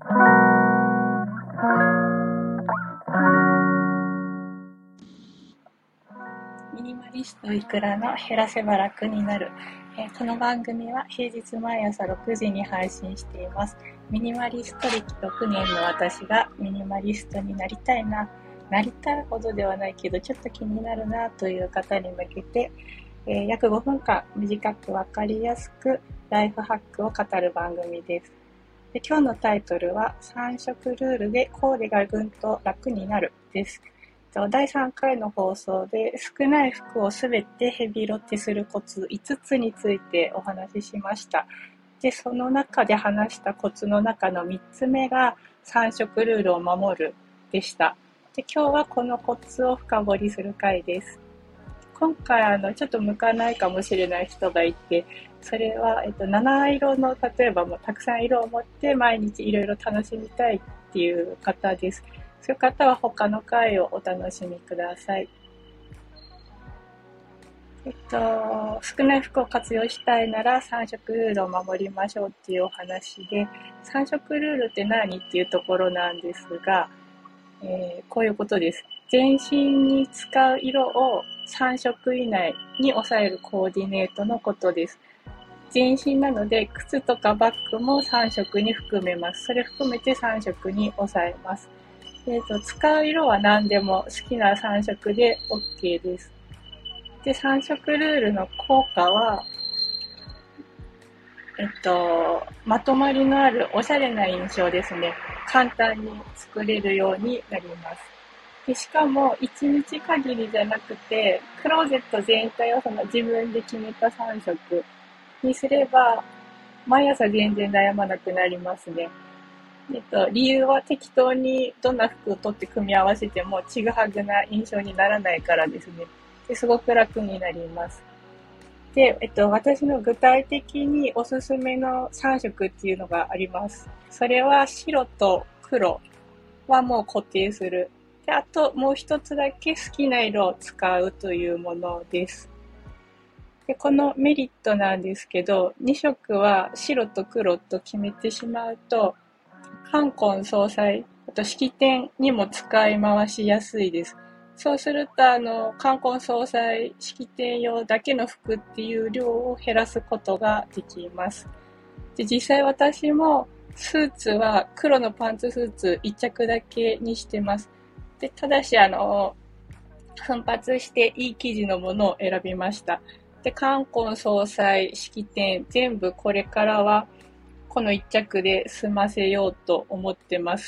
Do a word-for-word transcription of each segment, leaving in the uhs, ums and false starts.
ミニマリストいくらの減らせば楽になる、えーこの番組は平日毎朝ろくじに配信しています。ミニマリスト歴ろくねんの私がミニマリストになりたいな、なりたいほどではないけどちょっと気になるなという方に向けて、えー約ごふんかん短くわかりやすくライフハックを語る番組です。で、今日のタイトルはさん食ルールでコーデがぐんと楽になるです。だいさんかいの放送で少ない服をすべてヘビロテするコツいつつについてお話ししました。で、その中で話したコツの中のみっつめがさん食ルールを守るでした。で、今日はこのコツを深掘りする回です。今回あのちょっと向かないかもしれない人がいて、それは、えっと、なな色の例えばもうたくさん色を持って毎日いろいろ楽しみたいっていう方です。そういう方は他の回をお楽しみください。えっと、少ない服を活用したいならさん食ルールを守りましょうっていうお話で、さん食ルールって何っていうところなんですが、えーこういうことです。全身に使う色をさん食以内に抑えるコーディネートのことです。全身なので靴とかバッグもさん食に含めます。それ含めてさん食に抑えます。えーと、使う色は何でも好きなさん色で OK です。で、さん色ルールの効果は、えっと、まとまりのあるおしゃれな印象ですね。簡単に作れるようになります。で、しかもいちにち限りじゃなくて、クローゼット全体をその自分で決めたさん色にすれば、毎朝全然悩まなくなりますね。えっと、理由は適当にどんな服を取って組み合わせてもちぐはぐな印象にならないからですね。ですごく楽になります。で、えっと、私の具体的におすすめのさん色っていうのがあります。それは白と黒はもう固定する。で、あともう一つだけ好きな色を使うというものです。で、このメリットなんですけど、に色は白と黒と決めてしまうと、冠婚葬祭、あと式典にも使い回しやすいです。そうすると、あの、冠婚葬祭、式典用だけの服っていう量を減らすことができます。で、実際私もスーツは黒のパンツスーツいっ着だけにしてます。で、ただし、あの、奮発していい生地のものを選びました。で、冠婚葬祭、式典、全部これからはこの一着で済ませようと思ってます。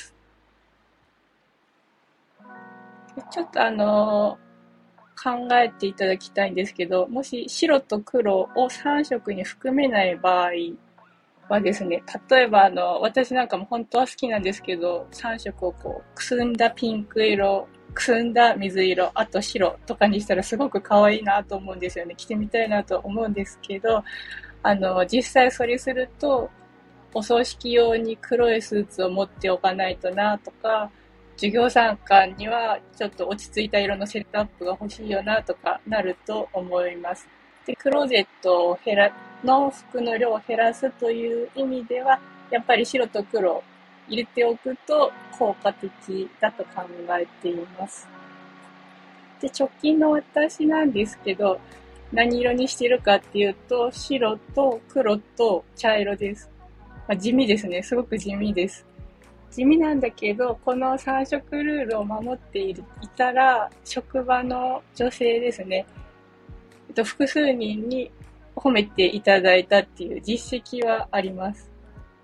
ちょっとあの考えていただきたいんですけど、もし白と黒をさん色に含めない場合はですね、例えばあの私なんかも本当は好きなんですけど、さん色をこうくすんだピンク色、くすんだ水色、あと白とかにしたらすごく可愛いなと思うんですよね。着てみたいなと思うんですけど、あの実際それするとお葬式用に黒いスーツを持っておかないとなとか、授業参観にはちょっと落ち着いた色のセットアップが欲しいよなとかなると思います。で、クローゼットを減らの服の量を減らすという意味では、やっぱり白と黒を入れておくと効果的だと考えています。で、直近の私なんですけど、何色にしてるかっていうと、白と黒と茶色です。まあ、地味ですね。すごく地味です。地味なんだけど、このさん色ルールを守っているいたら、職場の女性ですね、えっと、複数人に褒めていただいたっていう実績はあります。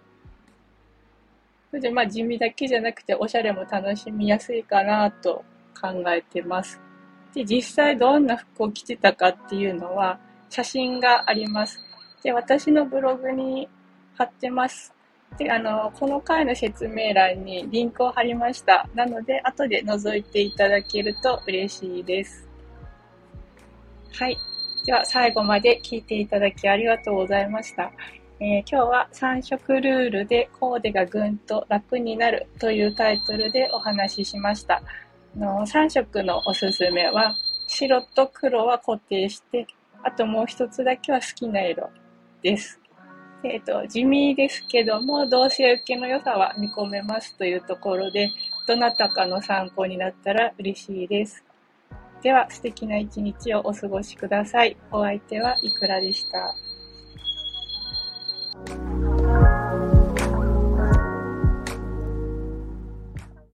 それでまあ地味だけじゃなくておしゃれも楽しみやすいかなと考えてます。で、実際どんな服を着てたかっていうのは写真があります。で、私のブログに貼ってます。で、あの、この回の説明欄にリンクを貼りました。なので、後で覗いていただけると嬉しいです。はい。では、最後まで聞いていただきありがとうございました。えー今日はさん色ルールでコーデがぐんと楽になるというタイトルでお話ししました。あのさん色のおすすめは、白と黒は固定して、あともう一つだけは好きな色です。 えっと、地味ですけども、動詞受けの良さは見込めますというところで、どなたかの参考になったら嬉しいです。では、素敵な一日をお過ごしください。お相手はいくらでした。